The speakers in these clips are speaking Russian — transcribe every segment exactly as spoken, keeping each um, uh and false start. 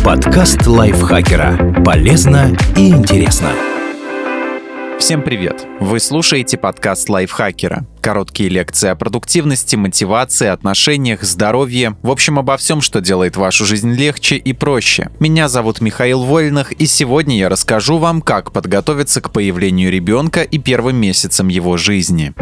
Подкаст лайфхакера. Полезно и интересно. Всем привет! Вы слушаете подкаст лайфхакера. Короткие лекции о продуктивности, мотивации, отношениях, здоровье. В общем, обо всем, что делает вашу жизнь легче и проще. Меня зовут Михаил Вольных, и сегодня я расскажу вам, как подготовиться к появлению ребенка и первым месяцам его жизни.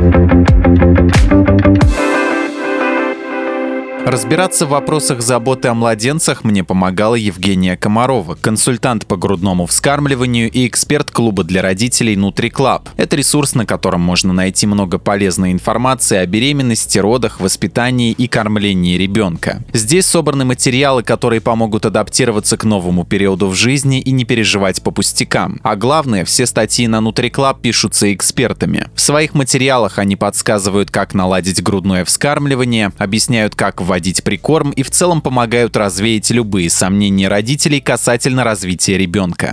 Разбираться в вопросах заботы о младенцах мне помогала Евгения Комарова, консультант по грудному вскармливанию и эксперт клуба для родителей NutriClub. Это ресурс, на котором можно найти много полезной информации о беременности, родах, воспитании и кормлении ребенка. Здесь собраны материалы, которые помогут адаптироваться к новому периоду в жизни и не переживать по пустякам. А главное, все статьи на NutriClub пишутся экспертами. В своих материалах они подсказывают, как наладить грудное вскармливание, объясняют, как вводить прикорм и в целом помогают развеять любые сомнения родителей касательно развития ребенка.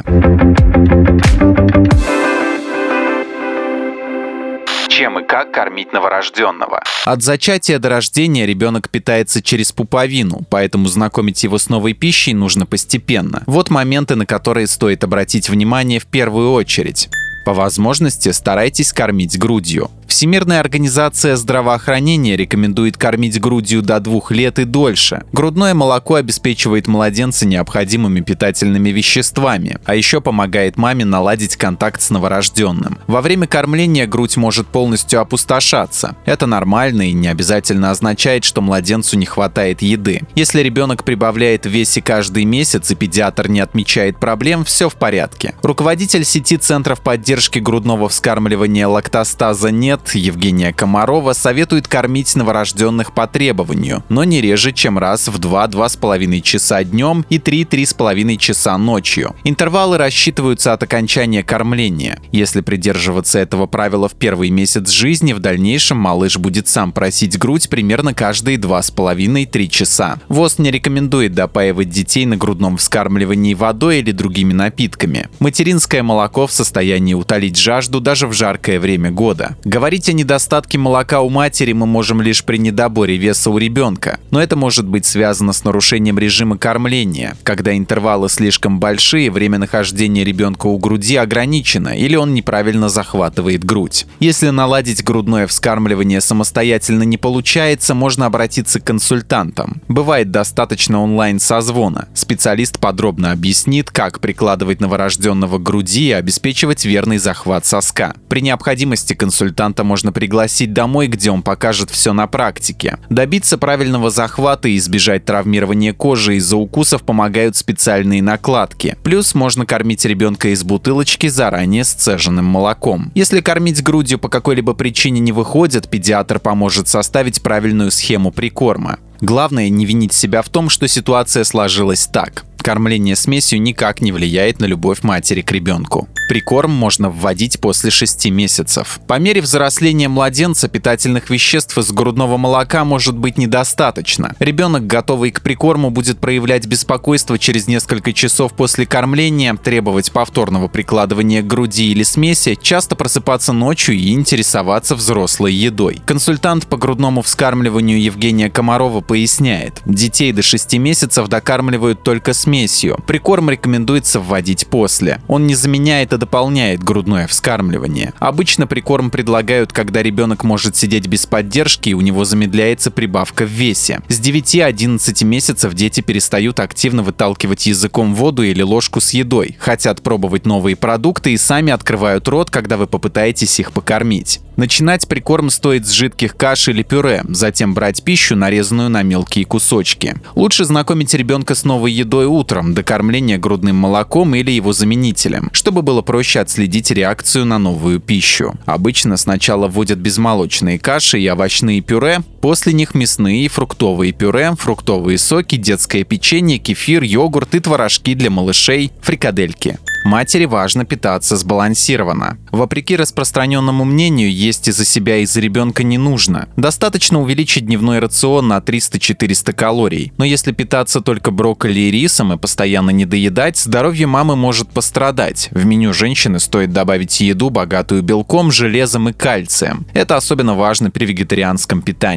Чем и как кормить новорожденного? От зачатия до рождения ребенок питается через пуповину, поэтому знакомить его с новой пищей нужно постепенно. Вот моменты, на которые стоит обратить внимание в первую очередь. По возможности старайтесь кормить грудью. Всемирная организация здравоохранения рекомендует кормить грудью до двух лет и дольше. Грудное молоко обеспечивает младенца необходимыми питательными веществами, а еще помогает маме наладить контакт с новорожденным. Во время кормления грудь может полностью опустошаться. Это нормально и не обязательно означает, что младенцу не хватает еды. Если ребенок прибавляет в весе каждый месяц и педиатр не отмечает проблем, все в порядке. Руководитель сети центров поддержки грудного вскармливания «Лактостаза нет» Евгения Комарова советует кормить новорожденных по требованию, но не реже, чем раз в два-два с половиной часа днем и три-три с половиной часа ночью. Интервалы рассчитываются от окончания кормления. Если придерживаться этого правила в первый месяц жизни, в дальнейшем малыш будет сам просить грудь примерно каждые два с половиной-три часа. ВОЗ не рекомендует допаивать детей на грудном вскармливании водой или другими напитками. Материнское молоко в состоянии утолить жажду даже в жаркое время года. Говорить о недостатке молока у матери мы можем лишь при недоборе веса у ребенка, но это может быть связано с нарушением режима кормления. Когда интервалы слишком большие, время нахождения ребенка у груди ограничено или он неправильно захватывает грудь. Если наладить грудное вскармливание самостоятельно не получается, можно обратиться к консультантам. Бывает достаточно онлайн-созвона. Специалист подробно объяснит, как прикладывать новорожденного к груди и обеспечивать верный захват соска. При необходимости консультанта можно пригласить домой, где он покажет все на практике. Добиться правильного захвата и избежать травмирования кожи из-за укусов помогают специальные накладки. Плюс можно кормить ребенка из бутылочки заранее сцеженным молоком. Если кормить грудью по какой-либо причине не выходит, педиатр поможет составить правильную схему прикорма. Главное не винить себя в том, что ситуация сложилась так. Кормление смесью никак не влияет на любовь матери к ребенку. Прикорм можно вводить после шести месяцев. По мере взросления младенца питательных веществ из грудного молока может быть недостаточно. Ребенок, готовый к прикорму, будет проявлять беспокойство через несколько часов после кормления, требовать повторного прикладывания к груди или смеси, часто просыпаться ночью и интересоваться взрослой едой. Консультант по грудному вскармливанию Евгения Комарова поясняет, детей до шести месяцев докармливают только смесью. Прикорм рекомендуется вводить после. Он не заменяет, а дополняет грудное вскармливание. Обычно прикорм предлагают, когда ребенок может сидеть без поддержки и у него замедляется прибавка в весе. С девяти-одиннадцати месяцев дети перестают активно выталкивать языком воду или ложку с едой, хотят пробовать новые продукты и сами открывают рот, когда вы попытаетесь их покормить. Начинать прикорм стоит с жидких каш или пюре, затем брать пищу, нарезанную на мелкие кусочки. Лучше знакомить ребенка с новой едой утром, до кормления грудным молоком или его заменителем, чтобы было проще отследить реакцию на новую пищу. Обычно сначала вводят безмолочные каши и овощные пюре, после них мясные и фруктовые пюре, фруктовые соки, детское печенье, кефир, йогурт и творожки для малышей, фрикадельки. Матери важно питаться сбалансированно. Вопреки распространенному мнению, есть из-за себя и из-за ребенка не нужно. Достаточно увеличить дневной рацион на триста-четыреста калорий. Но если питаться только брокколи и рисом и постоянно недоедать, здоровье мамы может пострадать. В меню женщины стоит добавить еду, богатую белком, железом и кальцием. Это особенно важно при вегетарианском питании.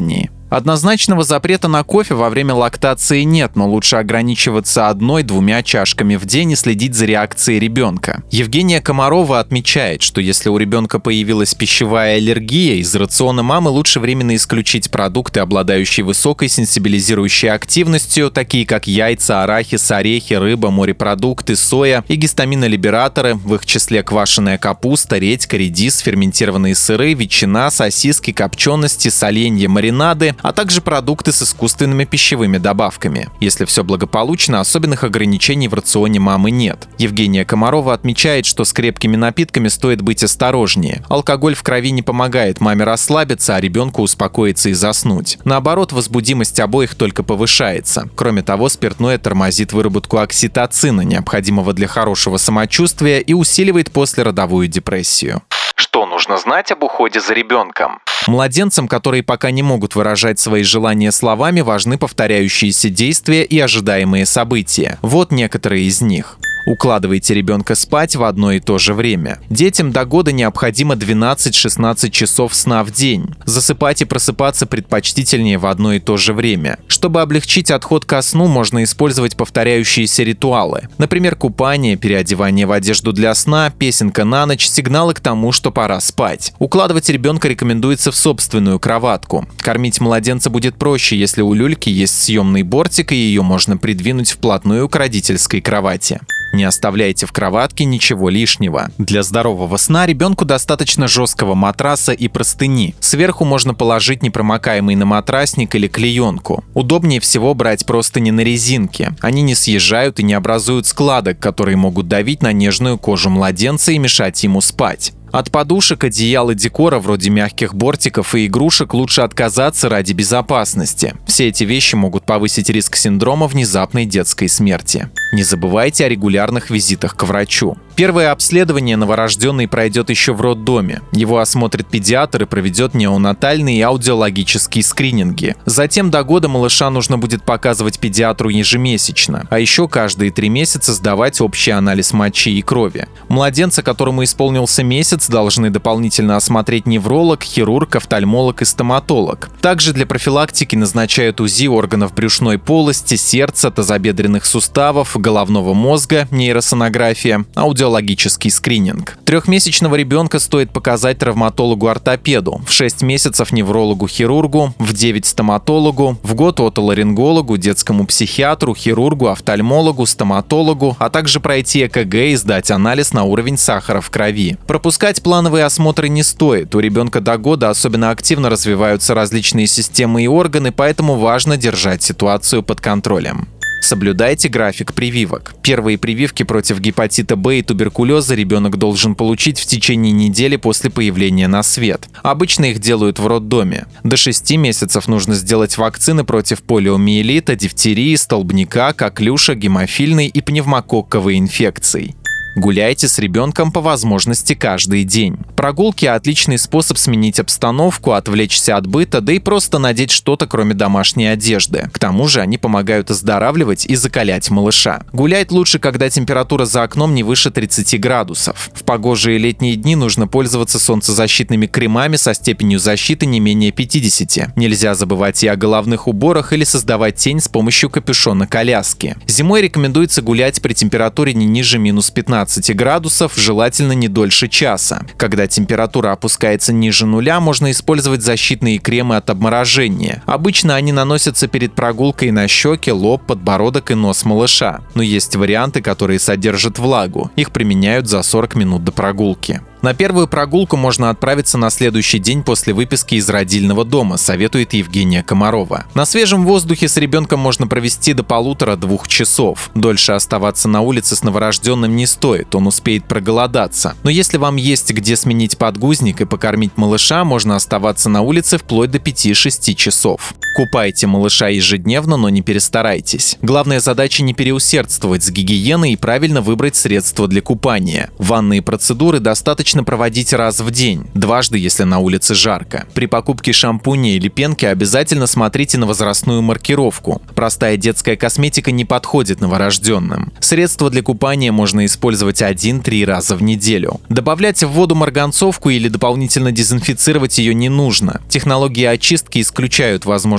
Однозначного запрета на кофе во время лактации нет, но лучше ограничиваться одной-двумя чашками в день и следить за реакцией ребенка. Евгения Комарова отмечает, что если у ребенка появилась пищевая аллергия, из рациона мамы лучше временно исключить продукты, обладающие высокой сенсибилизирующей активностью, такие как яйца, арахис, орехи, рыба, морепродукты, соя и гистаминолибераторы, в их числе квашеная капуста, редька, редис, ферментированные сыры, ветчина, сосиски, копчености, соленья, маринады, а также продукты с искусственными пищевыми добавками. Если все благополучно, особенных ограничений в рационе мамы нет. Евгения Комарова отмечает, что с крепкими напитками стоит быть осторожнее. Алкоголь в крови не помогает маме расслабиться, а ребенку успокоиться и заснуть. Наоборот, возбудимость обоих только повышается. Кроме того, спиртное тормозит выработку окситоцина, необходимого для хорошего самочувствия, и усиливает послеродовую депрессию. Что нужно знать об уходе за ребенком? Младенцам, которые пока не могут выражать свои желания словами, важны повторяющиеся действия и ожидаемые события. Вот некоторые из них. Укладывайте ребенка спать в одно и то же время. Детям до года необходимо двенадцать-шестнадцать часов сна в день. Засыпать и просыпаться предпочтительнее в одно и то же время. Чтобы облегчить отход ко сну, можно использовать повторяющиеся ритуалы. Например, купание, переодевание в одежду для сна, песенка на ночь, сигналы к тому, что пора спать. Укладывать ребенка рекомендуется в собственную кроватку. Кормить младенца будет проще, если у люльки есть съемный бортик, и ее можно придвинуть вплотную к родительской кровати. Не оставляйте в кроватке ничего лишнего. Для здорового сна ребенку достаточно жесткого матраса и простыни. Сверху можно положить непромокаемый наматрасник или клеенку. Удобнее всего брать простыни на резинке. Они не съезжают и не образуют складок, которые могут давить на нежную кожу младенца и мешать ему спать. От подушек, одеял и декора, вроде мягких бортиков и игрушек, лучше отказаться ради безопасности. Все эти вещи могут повысить риск синдрома внезапной детской смерти. Не забывайте о регулярных визитах к врачу. Первое обследование новорожденный пройдет еще в роддоме. Его осмотрит педиатр и проведет неонатальные и аудиологические скрининги. Затем до года малыша нужно будет показывать педиатру ежемесячно, а еще каждые три месяца сдавать общий анализ мочи и крови. Младенца, которому исполнился месяц, должны дополнительно осмотреть невролог, хирург, офтальмолог и стоматолог. Также для профилактики назначают УЗИ органов брюшной полости, сердца, тазобедренных суставов, головного мозга, нейросонография, аудиологический скрининг. Трехмесячного ребенка стоит показать травматологу-ортопеду, в шесть месяцев неврологу-хирургу, в девять стоматологу, в год отоларингологу, детскому психиатру, хирургу, офтальмологу, стоматологу, а также пройти ЭКГ и сдать анализ на уровень сахара в крови. Пропускать плановые осмотры не стоит. У ребенка до года особенно активно развиваются различные системы и органы, поэтому важно держать ситуацию под контролем. Соблюдайте график прививок. Первые прививки против гепатита Б и туберкулеза ребенок должен получить в течение недели после появления на свет. Обычно их делают в роддоме. До шести месяцев нужно сделать вакцины против полиомиелита, дифтерии, столбняка, коклюша, гемофильной и пневмококковой инфекций. Гуляйте с ребенком по возможности каждый день. Прогулки – отличный способ сменить обстановку, отвлечься от быта, да и просто надеть что-то, кроме домашней одежды. К тому же они помогают оздоравливать и закалять малыша. Гулять лучше, когда температура за окном не выше тридцати градусов. В погожие летние дни нужно пользоваться солнцезащитными кремами со степенью защиты не менее пятидесяти. Нельзя забывать и о головных уборах или создавать тень с помощью капюшона коляски. Зимой рекомендуется гулять при температуре не ниже минус пятнадцати градусов, желательно не дольше часа. Когда температура опускается ниже нуля, можно использовать защитные кремы от обморожения. Обычно они наносятся перед прогулкой на щеки, лоб, подбородок и нос малыша. Но есть варианты, которые содержат влагу. Их применяют за сорок минут до прогулки. На первую прогулку можно отправиться на следующий день после выписки из родильного дома, советует Евгения Комарова. На свежем воздухе с ребенком можно провести до полутора-двух часов. Дольше оставаться на улице с новорожденным не стоит, он успеет проголодаться. Но если вам есть где сменить подгузник и покормить малыша, можно оставаться на улице вплоть до пяти-шести часов. Купайте малыша ежедневно, но не перестарайтесь. Главная задача не переусердствовать с гигиеной и правильно выбрать средства для купания. Ванные процедуры достаточно проводить раз в день, дважды, если на улице жарко. При покупке шампуня или пенки обязательно смотрите на возрастную маркировку. Простая детская косметика не подходит новорожденным. Средства для купания можно использовать один-три раза в неделю. Добавлять в воду марганцовку или дополнительно дезинфицировать ее не нужно. Технологии очистки исключают возможность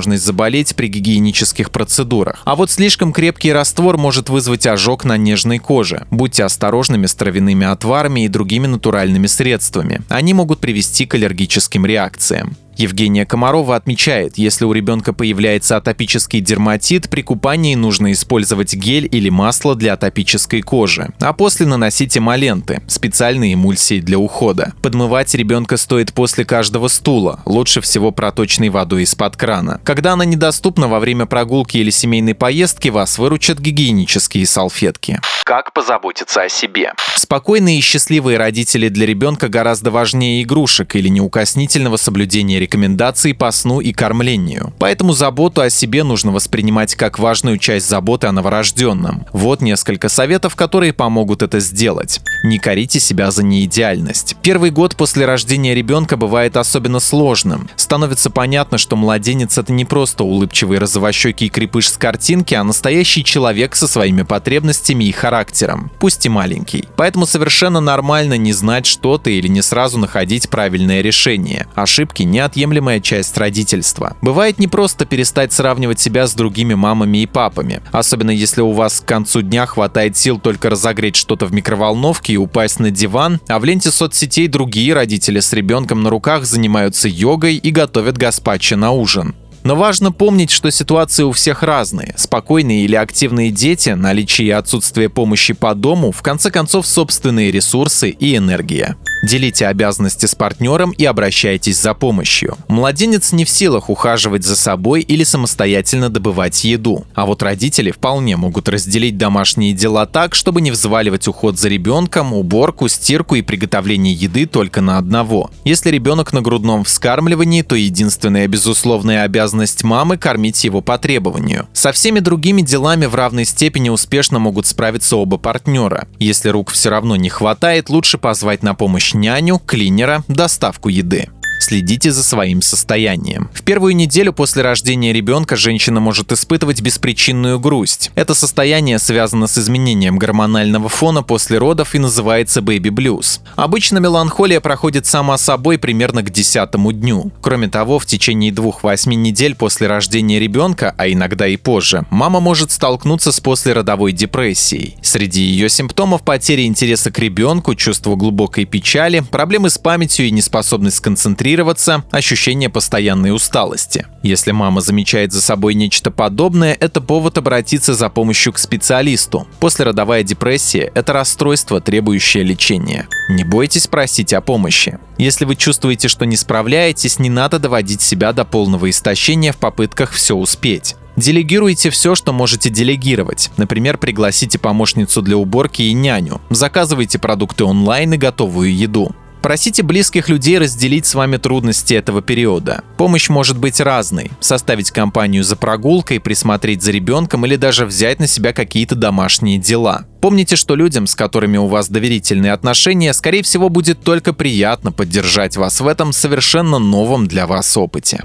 возможность заболеть при гигиенических процедурах. А вот слишком крепкий раствор может вызвать ожог на нежной коже. Будьте осторожными с травяными отварами и другими натуральными средствами. Они могут привести к аллергическим реакциям. Евгения Комарова отмечает, если у ребенка появляется атопический дерматит, при купании нужно использовать гель или масло для атопической кожи, а после наносить эмоленты, специальные эмульсии для ухода. Подмывать ребенка стоит после каждого стула, лучше всего проточной водой из-под крана. Когда она недоступна во время прогулки или семейной поездки, вас выручат гигиенические салфетки. Как позаботиться о себе? Спокойные и счастливые родители для ребенка гораздо важнее игрушек или неукоснительного соблюдения рекомендаций по сну и кормлению. Поэтому заботу о себе нужно воспринимать как важную часть заботы о новорожденном. Вот несколько советов, которые помогут это сделать. Не корите себя за неидеальность. Первый год после рождения ребенка бывает особенно сложным. Становится понятно, что младенец — это не просто улыбчивый розовощекий крепыш с картинки, а настоящий человек со своими потребностями и характером, пусть и маленький. Поэтому совершенно нормально не знать что-то или не сразу находить правильное решение. Ошибки — неотъемлемая часть родительства. Бывает непросто перестать сравнивать себя с другими мамами и папами, особенно если у вас к концу дня хватает сил только разогреть что-то в микроволновке и упасть на диван, а в ленте соцсетей другие родители с ребенком на руках занимаются йогой и готовят гаспачо на ужин. Но важно помнить, что ситуации у всех разные. Спокойные или активные дети, наличие и отсутствие помощи по дому, в конце концов, собственные ресурсы и энергия. Делите обязанности с партнером и обращайтесь за помощью. Младенец не в силах ухаживать за собой или самостоятельно добывать еду. А вот родители вполне могут разделить домашние дела так, чтобы не взваливать уход за ребенком, уборку, стирку и приготовление еды только на одного. Если ребенок на грудном вскармливании, то единственная безусловная обязанность мамы – кормить его по требованию. Со всеми другими делами в равной степени успешно могут справиться оба партнера. Если рук все равно не хватает, лучше позвать на помощь няню, клинера, доставку еды. Следите за своим состоянием. В первую неделю после рождения ребенка женщина может испытывать беспричинную грусть. Это состояние связано с изменением гормонального фона после родов и называется бэби-блюз. Обычно меланхолия проходит сама собой примерно к десятому дню. Кроме того, в течение двух-восьми недель после рождения ребенка, а иногда и позже, мама может столкнуться с послеродовой депрессией. Среди ее симптомов потеря интереса к ребенку, чувство глубокой печали, проблемы с памятью и неспособность сконцентрироваться, ощущение постоянной усталости. Если мама замечает за собой нечто подобное, это повод обратиться за помощью к специалисту. Послеродовая депрессия – это расстройство, требующее лечения. Не бойтесь просить о помощи. Если вы чувствуете, что не справляетесь, не надо доводить себя до полного истощения в попытках все успеть. Делегируйте все, что можете делегировать. Например, пригласите помощницу для уборки и няню. Заказывайте продукты онлайн и готовую еду. Просите близких людей разделить с вами трудности этого периода. Помощь может быть разной. Составить компанию за прогулкой, присмотреть за ребенком или даже взять на себя какие-то домашние дела. Помните, что людям, с которыми у вас доверительные отношения, скорее всего, будет только приятно поддержать вас в этом совершенно новом для вас опыте.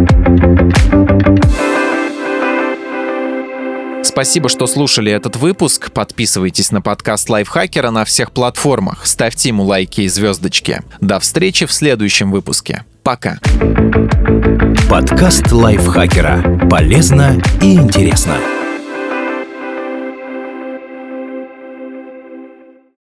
Спасибо, что слушали этот выпуск. Подписывайтесь на подкаст Лайфхакера на всех платформах. Ставьте ему лайки и звездочки. До встречи в следующем выпуске. Пока. Подкаст Лайфхакера. Полезно и интересно.